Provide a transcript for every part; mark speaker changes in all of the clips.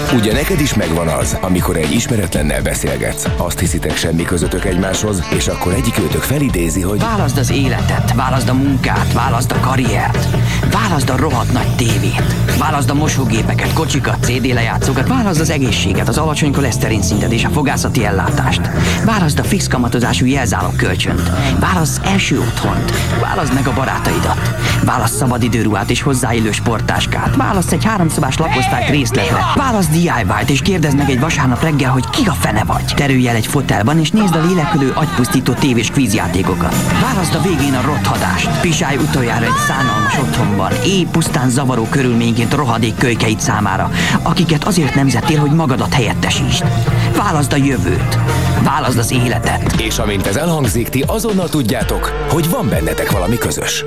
Speaker 1: Ugye neked is megvan az, amikor egy ismeretlennel beszélgetsz, azt hiszitek semmi közöttök egymáshoz, és akkor egyikőtök felidézi, hogy
Speaker 2: válaszd az életet, válaszd a munkát, válaszd a karriert, válaszd a rohadt nagy tévét, válaszd a mosógépeket, kocsikat, CD lejátszókat, válaszd az egészséget, az alacsony koleszterin szintet és a fogászati ellátást, válaszd a fix kamatozású jelzálog kölcsönt, válaszd első otthont, válaszd meg a barátaidat, válaszd szabadidőruhát és hozzáillő sporttáskát, válaszd egy 3 szobás lakosztályt részletre, válaszd DIY-t és kérdezd meg egy vasárnap reggel, hogy ki a fene vagy. Terülj el egy fotelban és nézd a lélekülő, agypusztító tévés kvízjátékokat. Válaszd a végén a rothadást. Pisálj utoljára egy szánalmas otthonban, éj pusztán zavaró körülményként rohadék kölykeid számára, akiket azért nemzettél, hogy magadat helyettesítsd. Válaszd a jövőt. Válaszd az életet.
Speaker 1: és amint ez elhangzik, ti azonnal tudjátok, hogy van bennetek valami közös.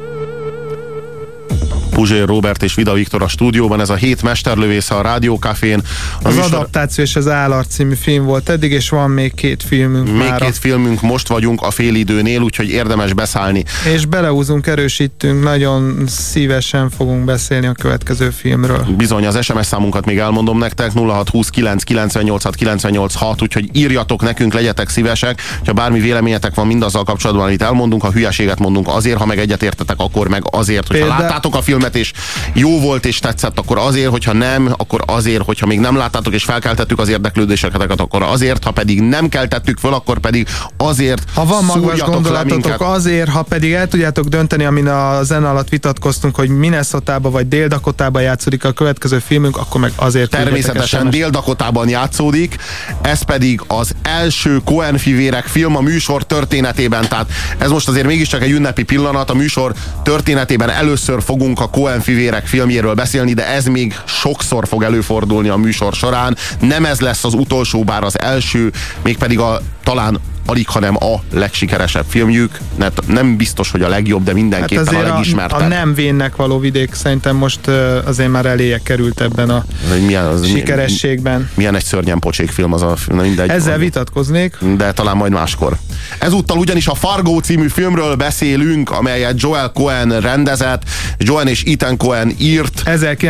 Speaker 3: Puzsér Róbert és Vida Viktor a stúdióban, ez a Hét mesterlövésze a Rádió Cafén.
Speaker 4: Az Adaptáció és az Állarc című film volt eddig, és van még 2 filmünk
Speaker 3: Még
Speaker 4: mára.
Speaker 3: 2 filmünk, most vagyunk a félidőnél, úgyhogy érdemes beszállni.
Speaker 4: És belehúzunk, erősítünk, nagyon szívesen fogunk beszélni a következő filmről.
Speaker 3: Bizony, az SMS számunkat még elmondom nektek, 0629 986 986, úgyhogy írjatok nekünk, legyetek szívesek, ha bármi véleményetek van mindazzal kapcsolatban, amit elmondunk, ha hülyeséget mondunk azért, ha meg egyetértetek, akkor meg azért, hogyha láttátok a filmet és jó volt és tetszett, akkor azért, hogyha nem, akkor azért, hogyha még nem láttátok és felkeltettük az érdeklődéseteket, akkor azért, ha pedig nem keltettük föl, akkor pedig azért.
Speaker 4: Ha van magas gondolatotok,
Speaker 3: minket.
Speaker 4: azért, ha pedig el tudjátok dönteni, amin a zene alatt vitatkoztunk, hogy Minnesotába vagy Dél-Dakotába játszódik a következő filmünk, akkor meg azért
Speaker 3: természetesen Dél-Dakotában játszódik, ez pedig az első Coen-fivérek film a műsor történetében, tehát ez most azért mégiscsak egy ünnepi pillanat, a műsor történetében először fogunk a Coen-fivérek filmjéről beszélni, de ez még sokszor fog előfordulni a műsor során, nem ez lesz az utolsó, bár az első, mégpedig talán alig, hanem a legsikeresebb filmjük. Nem biztos, hogy a legjobb, de mindenképpen
Speaker 4: hát
Speaker 3: a legismertebb.
Speaker 4: A nem vénnek való vidék szerintem most azért már eléje került ebben a sikerességben.
Speaker 3: Milyen egy szörnyen pocsék film az a film. Mindegy,
Speaker 4: ezzel vitatkoznék.
Speaker 3: De talán majd máskor. Ezúttal ugyanis a Fargo című filmről beszélünk, amelyet Joel Coen rendezett, Joel és Ethan Coen írt.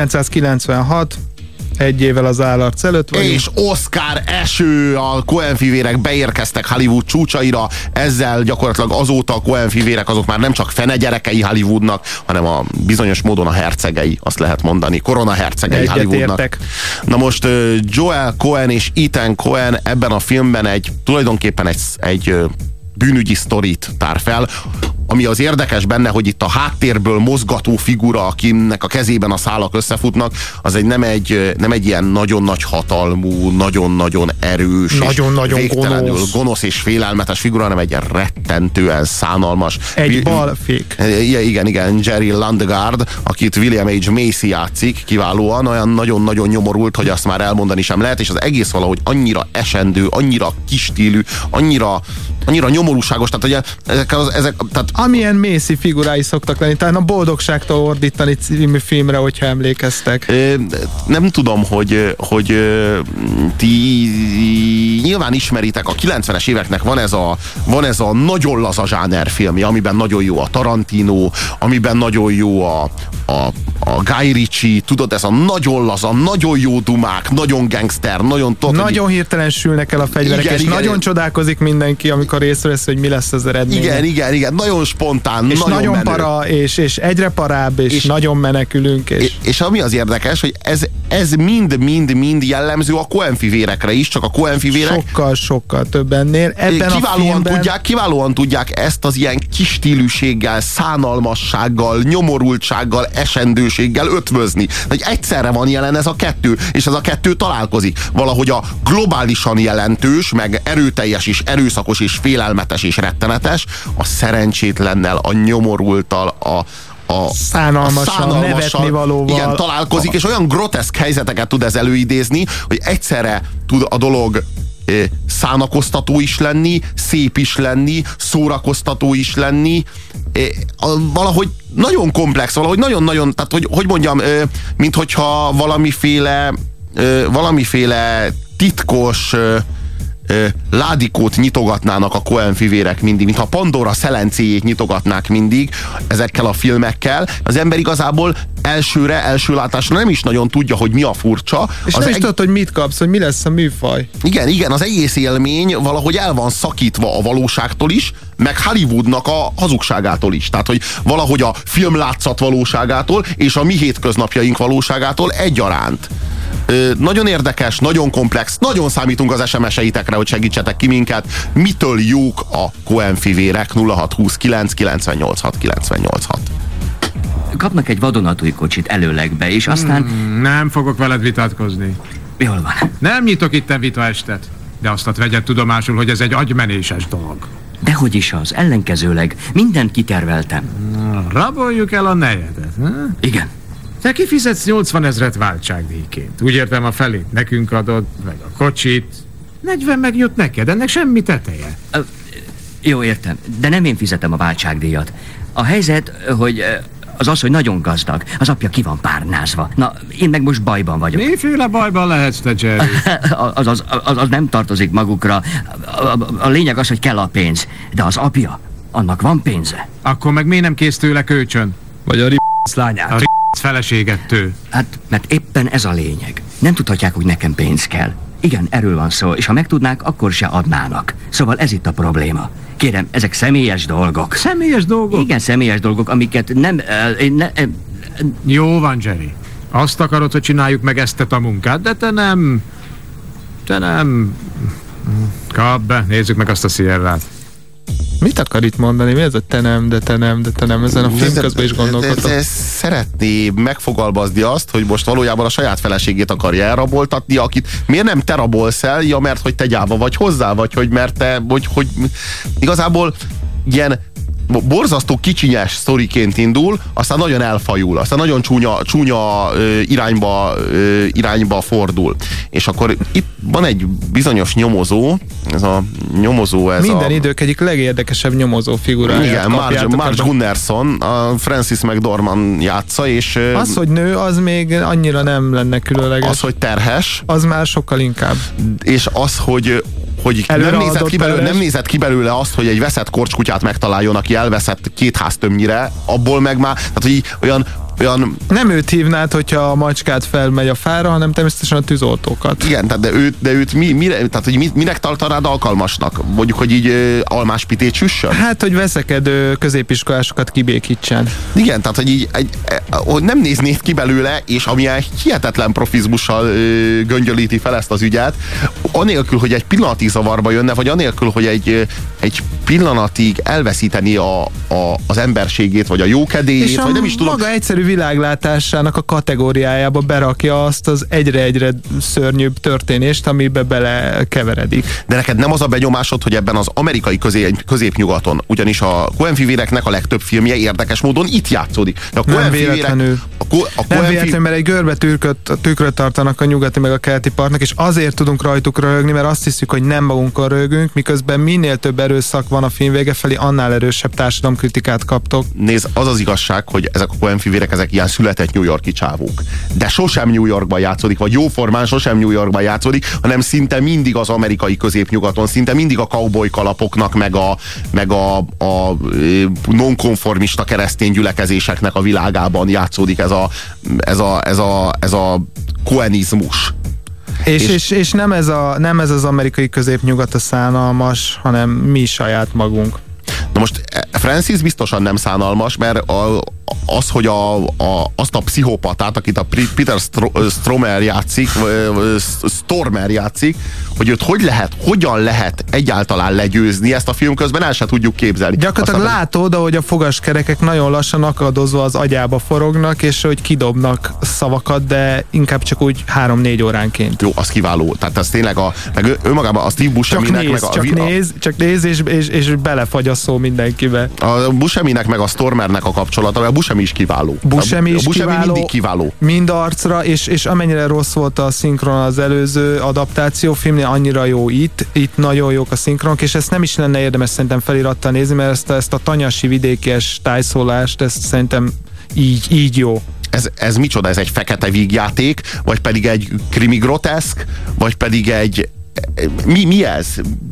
Speaker 4: 1996. Egy évvel az Állarc előtt vagyunk.
Speaker 3: És Oscar eső, a Coen-fivérek beérkeztek Hollywood csúcsaira, ezzel gyakorlatilag azóta a Coen-fivérek azok már nem csak fenegyerekei Hollywoodnak, hanem a bizonyos módon a hercegei, azt lehet mondani, korona hercegei Hollywoodnak. Na most Joel Coen és Ethan Coen ebben a filmben tulajdonképpen egy bűnügyi sztorit tár fel, ami az érdekes benne, hogy itt a háttérből mozgató figura, akinek a kezében a szálak összefutnak, az nem egy ilyen nagyon nagy hatalmú, nagyon-nagyon erős,
Speaker 4: nagyon-nagyon
Speaker 3: végtelenül gonosz és félelmetes figura, hanem egy rettentően szánalmas.
Speaker 4: Egy balfék.
Speaker 3: Igen, Jerry Landgard, akit William H. Macy játszik kiválóan, olyan nagyon-nagyon nyomorult, hogy azt már elmondani sem lehet, és az egész valahogy annyira esendő, annyira kistílű, annyira nyomorúságos, tehát ezek tehát
Speaker 4: amilyen Macy figurái szoktak lenni, talán a Boldogságtól ordítani című filmre, hogyha emlékeztek.
Speaker 3: Nem tudom, hogy ti nyilván ismeritek, a 90-es éveknek van ez a nagyon laza zsánerfilmje, amiben nagyon jó a Tarantino, amiben nagyon jó a Guy Ritchie, tudod, ez a nagyon laza, nagyon jó dumák, nagyon gangster, nagyon
Speaker 4: hirtelen sülnek el a fegyverek, és nagyon csodálkozik mindenki, amikor észrevesz, hogy mi lesz az eredmény.
Speaker 3: Igen, nagyon spontán,
Speaker 4: és nagyon
Speaker 3: menő.
Speaker 4: para, és egyre parább, és nagyon menekülünk.
Speaker 3: És ami az érdekes, hogy ez mind jellemző a Coen-fivérekre is, csak a Coen-fivérek
Speaker 4: sokkal több ennél. Ebben
Speaker 3: kiválóan tudják ezt az ilyen kis stílűséggel, szánalmassággal, nyomorultsággal, esendőséggel ötvözni. Hogy egyszerre van jelen ez a kettő, és ez a kettő találkozik. Valahogy a globálisan jelentős, meg erőteljes és erőszakos és félelmetes és rettenetes, a szerencsétlennel, a nyomorulttal, a
Speaker 4: szánalmassal, nevetni valóval.
Speaker 3: Igen, találkozik, és olyan groteszk helyzeteket tud ez előidézni, hogy egyszerre tud a dolog szánakoztató is lenni, szép is lenni, szórakoztató is lenni, valahogy nagyon komplex, valahogy nagyon-nagyon, tehát hogy mondjam, mint hogyha valamiféle titkos ládikót nyitogatnának a Coen fivérek mindig, mintha Pandora szelencéjét nyitogatnák mindig ezekkel a filmekkel. Az ember igazából első látásra nem is nagyon tudja, hogy mi a furcsa.
Speaker 4: És nem is tudod, hogy mit kapsz, hogy mi lesz a műfaj.
Speaker 3: Igen, az egész élmény valahogy el van szakítva a valóságtól is, meg Hollywoodnak a hazugságától is. Tehát, hogy valahogy a filmlátszat valóságától és a mi hétköznapjaink valóságától egyaránt. Nagyon érdekes, nagyon komplex, nagyon számítunk az SMS-eitekre, hogy segítsetek ki minket. Mitől jók a Coen fivérek? 0629 986 986.
Speaker 2: Kapnak egy vadonatúj kocsit előlegbe, és aztán...
Speaker 5: Nem fogok veled vitatkozni.
Speaker 2: Jól van.
Speaker 5: Nem nyitok itten vitaestet, de azt vegyed tudomásul, hogy ez egy agymenéses dolog.
Speaker 2: Dehogy is az, ellenkezőleg. Mindent kiterveltem.
Speaker 5: Raboljuk el a nejedet, ha?
Speaker 2: Igen.
Speaker 5: Te kifizetsz 80 000 váltságdíjként. Úgy értem, a felét nekünk adod, meg a kocsit. 40 meg jut neked, ennek semmi teteje.
Speaker 2: Jó, értem, de nem én fizetem a váltságdíjat. A helyzet, hogy hogy nagyon gazdag. Az apja ki van párnázva. Na, én meg most bajban vagyok.
Speaker 5: Miféle bajban lehetsz te, Jerry?
Speaker 2: az nem tartozik magukra. A lényeg az, hogy kell a pénz. De az apja, annak van pénze.
Speaker 5: Akkor meg miért nem kész tőle kölcsön?
Speaker 4: Vagy a lányát.
Speaker 5: A feleségettől.
Speaker 2: Hát, mert éppen ez a lényeg. Nem tudhatják, hogy nekem pénz kell. Igen, erről van szó, és ha megtudnák, akkor se adnának. Szóval ez itt a probléma. Kérem, ezek személyes dolgok.
Speaker 5: Személyes dolgok?
Speaker 2: Igen, személyes dolgok, amiket nem...
Speaker 5: Jó van, Jerry. Azt akarod, hogy csináljuk meg ezt a munkát, de te nem... Kap be, nézzük meg azt a Sierrát.
Speaker 4: Mit akar itt mondani? Mi ez a te nem. Ezen a film közben is gondolkodtam.
Speaker 3: Szeretné megfogalmazni azt, hogy most valójában a saját feleségét akarja elraboltatni, akit miért nem te rabolsz el? Ja, mert hogy te gyáva vagy hozzá, vagy hogy mert te, hogy igazából ilyen borzasztó kicsinyes sztoriként indul, aztán nagyon elfajul, aztán nagyon csúnya irányba fordul. És akkor itt van egy bizonyos nyomozó,
Speaker 4: minden idők egyik legérdekesebb nyomozó figurája.
Speaker 3: Igen, Marge Gunnarsson, a Frances McDormand játsza, és...
Speaker 4: Az, hogy nő, az még annyira nem lenne különleges.
Speaker 3: Az, hogy terhes.
Speaker 4: Az már sokkal inkább.
Speaker 3: És az, hogy nem nézett ki belőle azt, hogy egy veszett korcskutyát megtaláljon, aki elveszett 2 háztömnyire, abból meg már, tehát hogy olyan...
Speaker 4: Nem őt hívnád, hogyha a macskát felmegy a fára, hanem természetesen a tűzoltókat.
Speaker 3: Igen, de őt minek tartanád alkalmasnak? Mondjuk, hogy így almáspitét süssön?
Speaker 4: Hát, hogy veszekedő középiskolásokat kibékítsen.
Speaker 3: Igen, tehát, hogy nem néznéd ki belőle, és amilyen hihetetlen profizmussal göngyölíti fel ezt az ügyet, anélkül, hogy egy pillanatig zavarba jönne, vagy anélkül, hogy egy pillanatig elveszíteni az emberségét, vagy a jókedélyét, vagy nem is tudom.
Speaker 4: Maga egyszerű világlátásának a kategóriájába berakja azt az egyre szörnyűbb történést, amibe belekeveredik.
Speaker 3: De neked nem az a benyomásod, hogy ebben az amerikai középnyugaton, ugyanis a Coen fivéreknek a legtöbb filmje érdekes módon itt játszódik.
Speaker 4: Nem véletlenül. Nem véletlenül, mert egy görbe tükröt tartanak a nyugati meg a keleti partnak, és azért tudunk rajtuk röhögni, mert azt hiszük, hogy nem magunkon röhögünk, miközben minél több erőszak van a film vége felé, annál erősebb társadalomkritikát kaptok.
Speaker 3: Nézd, az az igazság, hogy ezek a Coen fivérek, ezek ilyen született New York-i csávók. De sosem New Yorkban játszódik, vagy jóformán sosem New Yorkban játszódik, hanem szinte mindig az amerikai középnyugaton, szinte mindig a cowboy kalapoknak, meg a nonkonformista keresztény gyülekezéseknek a világában játszódik ez a koenizmus.
Speaker 4: És nem ez az amerikai középnyugat a szánalmas, hanem mi saját magunk.
Speaker 3: Na most Francis biztosan nem szánalmas, mert az, hogy azt a pszichopatát, akit a Peter Stormer játszik, hogy őt hogyan lehet egyáltalán legyőzni, ezt a film közben el sem tudjuk képzelni.
Speaker 4: Gyakorlatilag látod, ahogy a fogaskerekek nagyon lassan akadozva az agyába forognak, és hogy kidobnak szavakat, de inkább csak úgy 3-4 óránként.
Speaker 3: Jó, az kiváló. Tehát ez tényleg meg önmagában a Steve Busceminek
Speaker 4: csak néz és belefagy a szó mindenkibe.
Speaker 3: A Busceminek meg a Stormernek a kapcsolata, mert a Buscemi is kiváló.
Speaker 4: Buscemi
Speaker 3: mindig kiváló.
Speaker 4: Mind arcra, és amennyire rossz volt a szinkron az előző adaptáció filmnél, annyira jó itt nagyon jók a szinkronok, és ezt nem is lenne érdemes szerintem felirattal nézni, mert ezt a tanyasi vidékies tájszólást, ezt szerintem így jó.
Speaker 3: Ez micsoda? Ez egy fekete vígjáték, vagy pedig egy krimi groteszk, vagy pedig egy mi ez?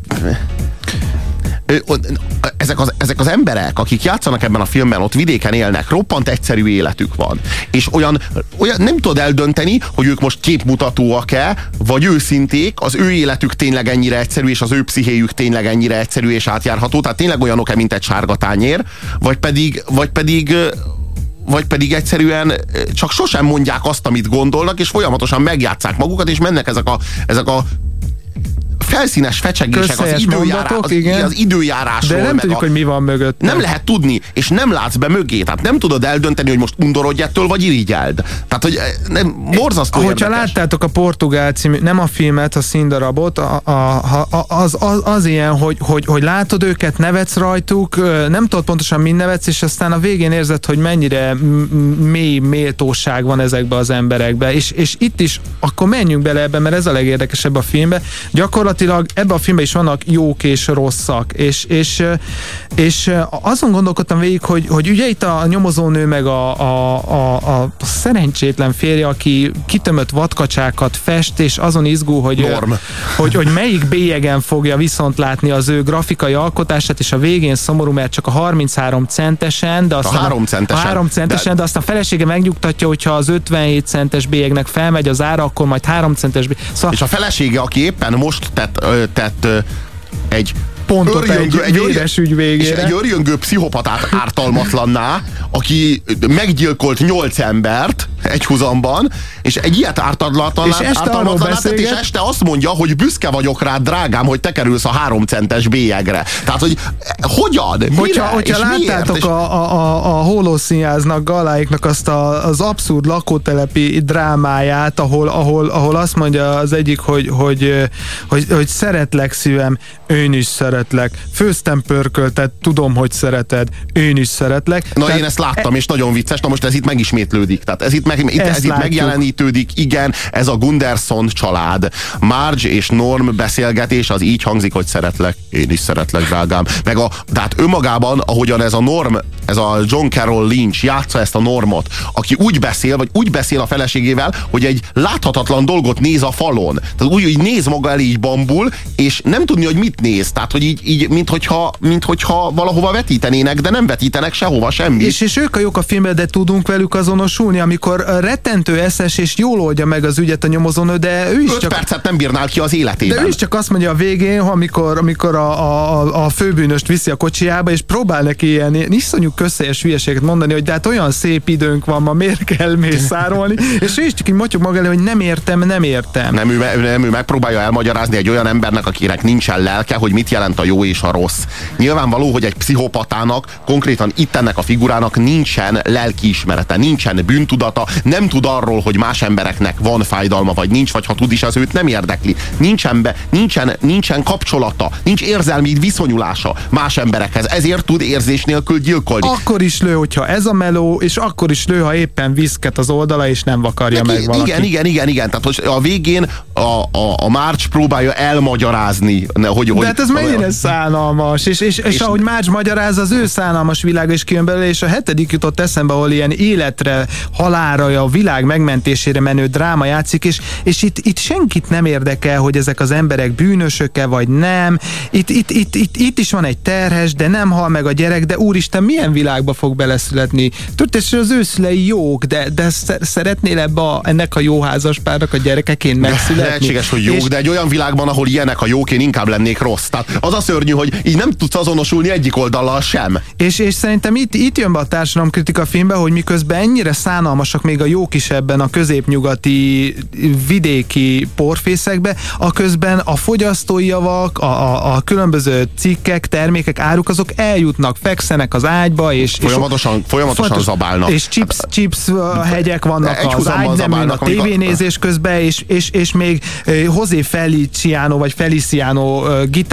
Speaker 3: Ezek az emberek, akik játszanak ebben a filmben, ott vidéken élnek, roppant egyszerű életük van. És olyan nem tudod eldönteni, hogy ők most képmutatóak-e, vagy őszinték, az ő életük tényleg ennyire egyszerű, és az ő pszichéjük tényleg ennyire egyszerű és átjárható, tehát tényleg olyanok-e, mint egy sárga tányér, vagy pedig egyszerűen csak sosem mondják azt, amit gondolnak, és folyamatosan megjátsszák magukat, és mennek ezek a felszínes fecsegések az időjárásról.
Speaker 4: De nem tudjuk, hogy mi van mögött.
Speaker 3: Nem lehet tudni, és nem látsz be mögé. Tehát nem tudod eldönteni, hogy most undorodj ettől, vagy irigyeld. Tehát, hogy borzasztó érdekes.
Speaker 4: Hogyha láttátok a Portugál című, nem a filmet, a színdarabot, az ilyen, hogy látod őket, nevetsz rajtuk, nem tudod pontosan mind nevetsz, és aztán a végén érzed, hogy mennyire mély méltóság van ezekben az emberekben. És itt is, akkor menjünk bele ebbe, mert ez a legérdekesebb a filmben. Gyakorlatilag ebben a filmben is vannak jók és rosszak, és azon gondolkodtam végig, hogy ugye itt a nyomozónő meg a szerencsétlen férje, aki kitömött vadkacsákat fest, és azon izgul, hogy melyik bélyegen fogja viszont látni az ő grafikai alkotását, és a végén szomorú, mert csak a 33 centesen, de aztán
Speaker 3: 3 centesen,
Speaker 4: de aztán a felesége megnyugtatja, hogyha az 57 centes bélyegnek felmegy az ára, akkor majd 3 centes bélyeg. Szóval
Speaker 3: és a felesége, aki éppen most tett egy
Speaker 4: pontot egy véres ügy végére.
Speaker 3: Egy örjöngő pszichopatát ártalmatlanná, aki meggyilkolt 8 embert egyhuzamban, és egy ilyet ártalmatlanná tett, és este azt mondja, hogy büszke vagyok rád, drágám, hogy te kerülsz a 3 centes bélyegre. Tehát, hogy hogyan?
Speaker 4: Hogyha láttátok a Holoszínháznak, Galáiknak azt az abszurd lakótelepi drámáját, ahol azt mondja az egyik, hogy szeretlek szívem, én is szeretlek. Főztem pörköltet, tudom, hogy szereted, én is szeretlek.
Speaker 3: Na, én ezt láttam, és nagyon vicces. Na most ez itt megismétlődik. Tehát ez itt megjelenítődik. Igen, ez a Gunderson család. Marge és Norm beszélgetés az így hangzik, hogy szeretlek, én is szeretlek, drágám. Tehát önmagában, ahogyan ez a Norm, ez a John Carroll Lynch játsza ezt a Normot, aki úgy beszél a feleségével, hogy egy láthatatlan dolgot néz a falon. Tehát úgy néz maga elé, így bambul, és nem tudni, hogy mit néz. Tehát, hogy így minthogyha valahova vetítenének, de nem vetítenek sehova semmit.
Speaker 4: És ők a jók a filmben, de tudunk velük azonosulni, amikor rettentő eszes és jól oldja meg az ügyet a nyomozónő, de ő is
Speaker 3: 5 percet nem bírnál ki az életében.
Speaker 4: De ő is csak azt mondja a végén, amikor a főbűnöst viszi a kocsijába, és próbál neki ilyen iszonyú közhelyes hülyeséget mondani, hogy de hát olyan szép időnk van ma, miért kell mészárolni, és ő is csak így motyog maga elé, hogy nem értem. Nem,
Speaker 3: ő megpróbálja elmagyarázni egy olyan embernek, akinek nincsen lelke, hogy mit jelent a jó és a rossz. Nyilvánvaló, hogy egy pszichopatának, konkrétan itt ennek a figurának nincsen lelkiismerete, nincsen bűntudata, nem tud arról, hogy más embereknek van fájdalma, vagy nincs, vagy ha tud is, az őt nem érdekli. Nincsen kapcsolata, nincs érzelmi viszonyulása más emberekhez, ezért tud érzés nélkül gyilkolni.
Speaker 4: Akkor is lő, hogyha ez a meló, és akkor is lő, ha éppen viszket az oldala, és nem vakarja meg valaki.
Speaker 3: Igen. Tehát hogy a végén a Marge próbálja elmagyarázni, hogy
Speaker 4: de hát ez mennyire szánalmas, és ahogy Marge magyaráz, az ő szánalmas világa is kijön belőle, és a 7. jutott eszembe, ahol ilyen életre, halálra, a világ megmentésére menő dráma játszik, és itt senkit nem érdekel, hogy ezek az emberek bűnösök-e, vagy nem. Itt is van egy terhes, de nem hal meg a gyerek, de úristen, milyen világba fog beleszületni? Tudod, az ő szülei jók, de szeretnél ennek a jó házaspárnak a gyerekeként megszületni?
Speaker 3: Lehetséges, hogy jók, de egy olyan világban, ahol ilyenek a jók, én inkább lennék rossz. Tehát az a szörnyű, hogy így nem tudsz azonosulni egyik oldallal sem.
Speaker 4: És szerintem itt jön be a társadalomkritika filmbe, hogy miközben ennyire szánalmasak még a jók is ebben a középnyugati vidéki porfészekbe, aközben a fogyasztói javak, a különböző cikkek, termékek, áruk, azok eljutnak, fekszenek az ágyba, és
Speaker 3: folyamatosan zabálnak.
Speaker 4: És chips hegyek vannak az ágyneműn, a tévénézés közben, és még José Feliciano gitárművész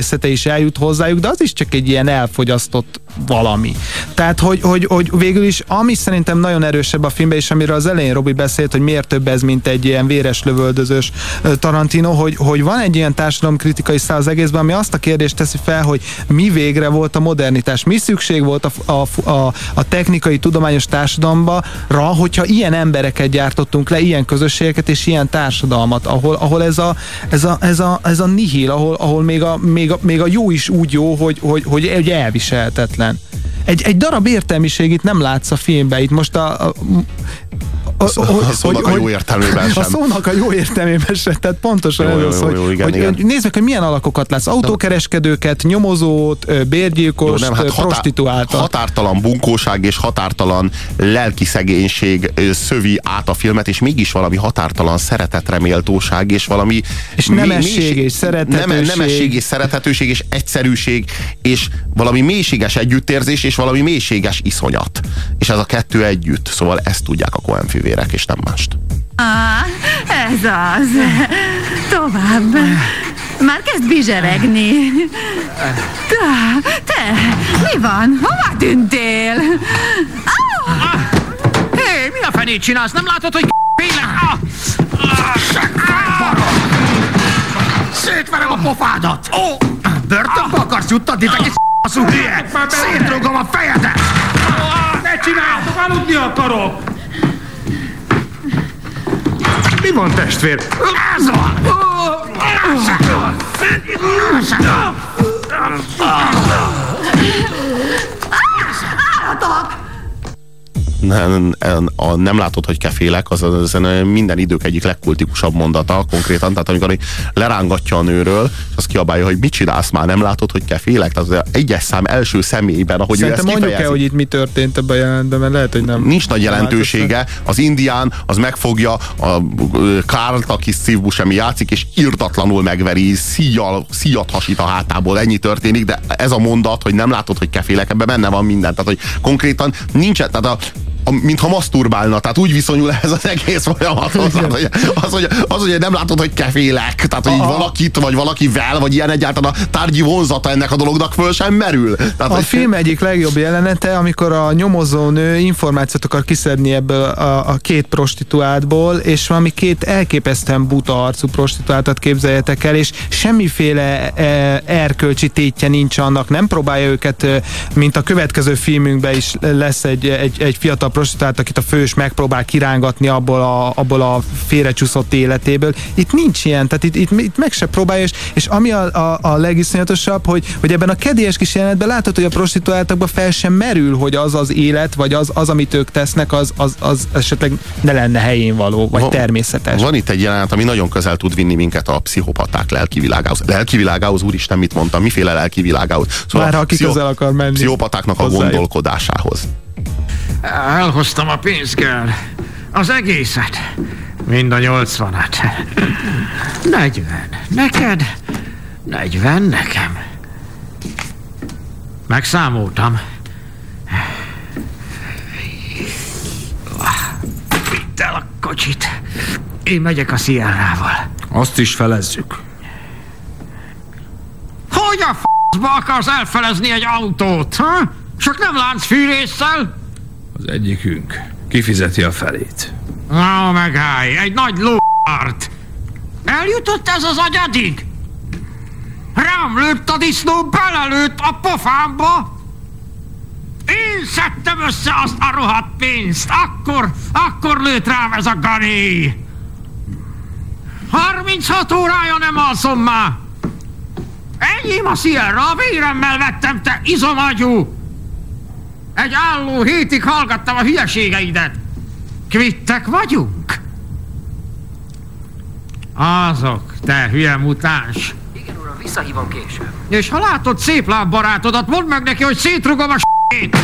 Speaker 4: művészete is eljut hozzájuk, de az is csak egy ilyen elfogyasztott valami. Tehát, hogy végül is, ami szerintem nagyon erősebb a filmben, és amiről az elején Robi beszélt, hogy miért több ez, mint egy ilyen véres lövöldözős Tarantino, hogy van egy ilyen társadalomkritikai szál az egészben, ami azt a kérdést teszi fel, hogy mi végre volt a modernitás, mi szükség volt a technikai, tudományos társadalomra, hogyha ilyen embereket gyártottunk le, ilyen közösségeket és ilyen társadalmat, ahol ez a nihil, ahol még a jó is úgy jó, hogy elviselhetetlen. Egy darab értelmiség itt nem látsz a filmben. Itt most a
Speaker 3: szónak a jó értelmében sem.
Speaker 4: A szónak a jó értelmében sem, tehát pontosan elősz, hogy nézd meg, hogy milyen alakokat látsz. Autókereskedőket, nyomozót, bérgyilkost, prostituáltat.
Speaker 3: Határtalan bunkóság és határtalan lelki szegénység szövi át a filmet, és mégis valami határtalan szeretetreméltóság, és valami...
Speaker 4: És nemesség és szeretetőség.
Speaker 3: Nemesség és szeretetőség és egyszerűség, és valami mélységes együttérzés, és valami mélységes iszonyat. És ez a kettő együtt. Szóval ezt tudják a Coen-fivérek, és nem mást.
Speaker 6: Ez az. Tovább. Már kezd bizseregni. Te, mi van? Hova tűntél?
Speaker 5: Hé, mi a fenét csinálsz? Nem látod, hogy félek? Szétverem a pofádat! Börtönbe akarsz juttatni, te kis szaszú hülye! Szétrugom a fejedet! Ne csináljátok, aludni akarok! Mi van, testvér? Ez van!
Speaker 3: Nem látod, hogy kefélek, az minden idők egyik legkultikusabb mondata, konkrétan, tehát amikor lerángatja a nőről, az kiabálja, hogy mit csinálsz már, nem látod, hogy kefélek? Tehát az egyes szám első személyben, ahogy
Speaker 4: szerintem
Speaker 3: ő ezt
Speaker 4: mondjuk el, hogy itt mi történt ebben a jelentben, mert lehet, hogy nem.
Speaker 3: Nincs nagy jelentősége. Az indián az megfogja a Carl-t, aki Steve Buscemi játszik, és irdatlanul megveri, szíjat hasít a hátából, ennyi történik, de ez a mondat, hogy nem látod, hogy kefélek, ebben benne van minden. Tehát, hogy konkrétan nincsen, tehát mintha maszturbálna, tehát úgy viszonyul ez az egész folyamathoz. Az, hogy nem látod, hogy kefélek, tehát hogy valakit, vagy valakivel, vagy ilyen egyáltalán a tárgyi vonzata ennek a dolognak föl sem merül. Tehát,
Speaker 4: a film egyik legjobb jelenete, amikor a nyomozónő információt akar kiszedni ebből a két prostituáltból, és valami két elképesztően buta arcú prostituáltat képzeljetek el, és semmiféle erkölcsi tétje nincs annak, nem próbálja őket, mint a következő filmünkben is lesz egy fiatal prostituált, akit a fős megpróbál kirángatni abból a félrecsúszott életéből. Itt nincs ilyen, tehát itt meg se próbálja, és ami a legiszonyatosabb, hogy ebben a kedélyes kis jelenetben látod, hogy a prostituáltakban fel sem merül, hogy az élet, vagy az amit ők tesznek, az esetleg ne lenne helyén való, vagy természetes.
Speaker 3: Van itt egy jelenet, ami nagyon közel tud vinni minket a pszichopaták lelkivilágához. Lelkivilágához, úristen, mit mondtam? Miféle lelkivilágához?
Speaker 4: Szóval már ha ki közel akar menni.
Speaker 3: Pszichopatáknak a gondolkodásához.
Speaker 5: Elhoztam a pénzt, girl. Az egészet. Mind a 80-at. 40. Neked? 40 nekem. Megszámoltam. Vidd el a kocsit. Én megyek a Sierrával.
Speaker 7: Azt is felezzük.
Speaker 5: Hogy a f***ba akarsz elfelezni egy autót, ha? Csak nem láncfűrésszel?
Speaker 7: Az egyikünk kifizeti a felét.
Speaker 5: Na, megállj, egy nagy lóart! Eljutott ez az agyadig? Rám lőtt a disznó, belelőtt a pofámba! Én szedtem össze azt a rohadt pénzt, akkor lőtt rám ez a Gani! 36 órája nem alszom már! Enyém a Sierra, a véremmel vettem, te izomagyú! Egy álló hétig hallgattam a hülyeségeidet. Kvittek vagyunk? Azok, te hülye mutáns.
Speaker 2: Igen, uram, visszahívom később.
Speaker 5: És ha látod szép lábbarátodat, mondd meg neki, hogy szétrugom a s***ét.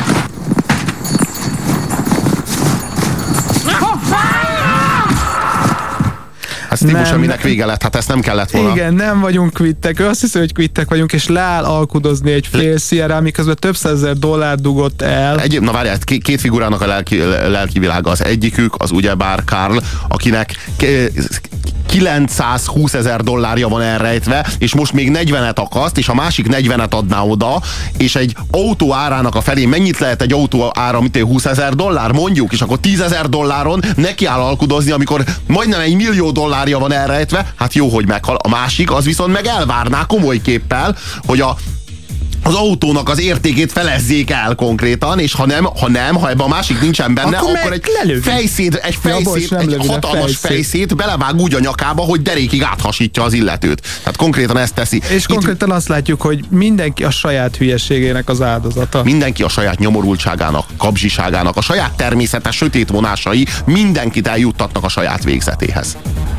Speaker 3: Hát Steve Busceminek vége lett, hát ezt nem kellett volna.
Speaker 4: Igen, nem vagyunk kvittek. Ő azt hiszi, hogy kvittek vagyunk, és leáll alkudozni egy fél Sierra, miközben több $100,000 dugott el.
Speaker 3: Na várjál, két figurának a lelki világa. Az egyikük, az ugyebár Carl, akinek 920 000 dollárja van elrejtve, és most még 40-et akaszt, és a másik 40-et adná oda, és egy autó árának a felé mennyit lehet egy autó ára, mint 20 000 dollár, mondjuk, és akkor 10 000 dolláron neki áll alkudozni, amikor majdnem $1 millió van elrejtve, hát jó, hogy meghal. A másik, az viszont meg elvárná komoly képpel, hogy az autónak az értékét felezzék el konkrétan, és ha ebben a másik nincsen benne, akkor egy fejszét, egy hatalmas fejszét belevág úgy a nyakába, hogy derékig áthasítja az illetőt. Tehát konkrétan ezt teszi.
Speaker 4: És konkrétan azt látjuk, hogy mindenki a saját hülyeségének az áldozata.
Speaker 3: Mindenki a saját nyomorultságának, kapzsiságának, a saját természetes sötét vonásai mindenkit eljuttatnak a saját végzetéhez.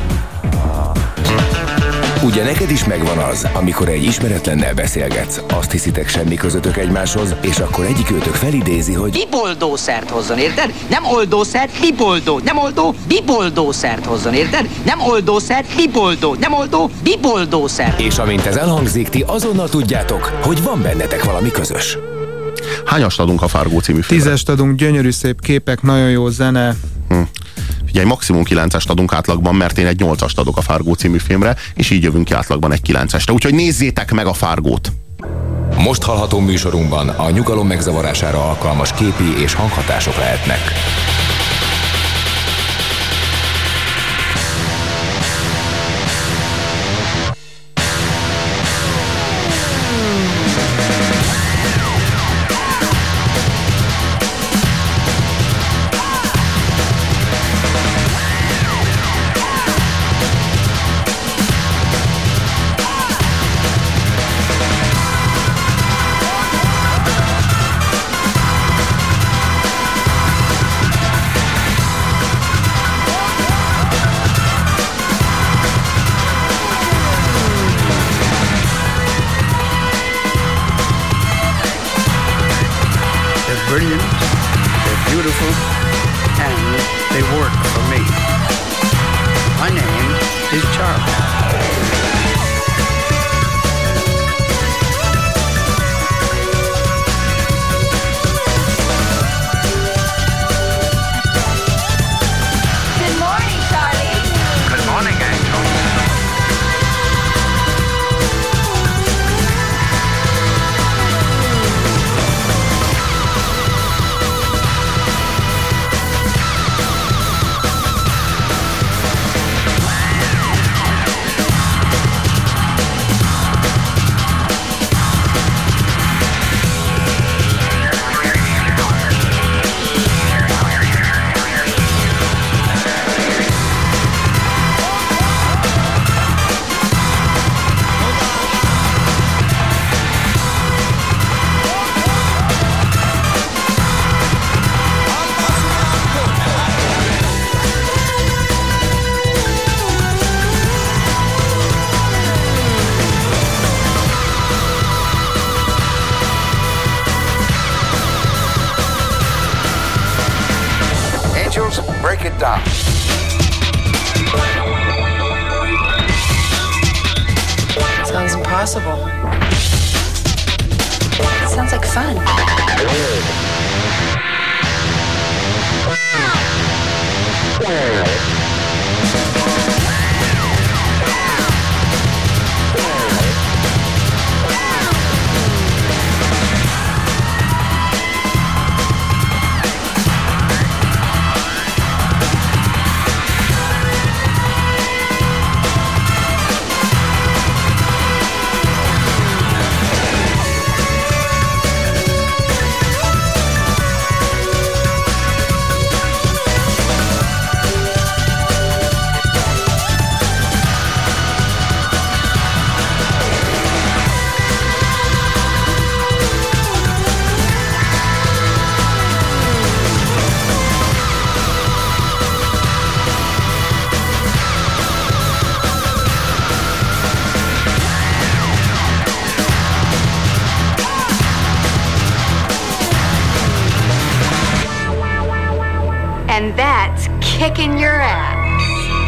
Speaker 1: Ugye neked is megvan az, amikor egy ismeretlennel beszélgetsz, azt hiszitek semmi közöttök egymáshoz, és akkor egyikőtök felidézi, hogy
Speaker 2: biboldószert hozzon, érted? Nem oldószert, biboldó. Nem oldó, biboldószert hozzon, érted? Nem oldószert, biboldó. Nem oldó, biboldószert.
Speaker 1: És amint ez elhangzik, ti azonnal tudjátok, hogy van bennetek valami közös.
Speaker 3: Hányast adunk a Fargo című filmre?
Speaker 4: 10-est adunk, gyönyörű szép képek, nagyon jó zene.
Speaker 3: Ugye egy maximum 9-est adunk átlagban, mert én egy 8-ast adok a Fargo című filmre, és így jövünk ki átlagban egy 9-esre. Úgyhogy nézzétek meg a Fargót!
Speaker 1: Most hallható műsorunkban a nyugalom megzavarására alkalmas képi és hanghatások lehetnek.
Speaker 8: Brilliant, they're beautiful, and they work for me. My name is Charlie.
Speaker 9: Good morning, Charlie.
Speaker 5: Good morning, Angel.
Speaker 10: Angels, break it down.
Speaker 11: Sounds impossible. Sounds like fun.
Speaker 9: And that's kicking your ass.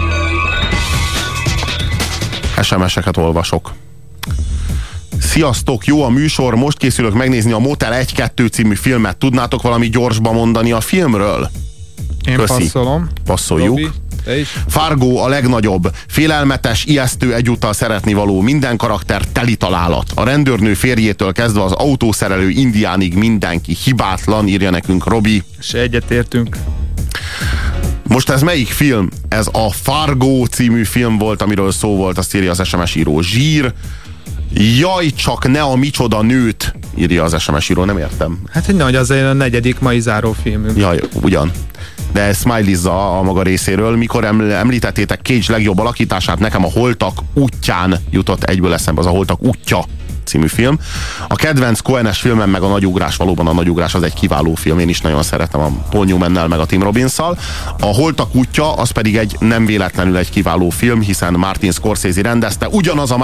Speaker 3: SMS-eket olvasok. Sziasztok, jó a műsor, most készülök megnézni a Motel 1-2 című filmet. Tudnátok valami gyorsba mondani a filmről?
Speaker 4: Én
Speaker 3: Köszi.
Speaker 4: passzolom.
Speaker 3: Passzoljuk.
Speaker 4: Robi.
Speaker 3: Fargo a legnagyobb, félelmetes, ijesztő, egyúttal szeretnivaló, minden karakter teli találat. A rendőrnő férjétől kezdve az autószerelő indiánig mindenki hibátlan, írja nekünk Robi.
Speaker 4: És egyetértünk.
Speaker 3: Most ez melyik film? Ez a Fargo című film volt, amiről szó volt, azt írja az SMS író. Zsír. Jaj, csak ne a micsoda nőt, írja az SMS író, nem értem.
Speaker 4: Hát egy nagy, azért a 4. mai zárófilmünk.
Speaker 3: Jaj, ugyan. De smileyzza a maga részéről. Mikor említettétek Cage legjobb alakítását, nekem a Holtak útján jutott egyből eszembe, az a Holtak útja című film. A kedvenc Coen-es filmem meg a Nagy ugrás, valóban a Nagy ugrás az egy kiváló film, én is nagyon szeretem a Paul Newmannel meg a Tim Robbinsszal. A Holtak útja az pedig nem véletlenül egy kiváló film, hiszen Martin Scorsese rendezte, ugyanaz a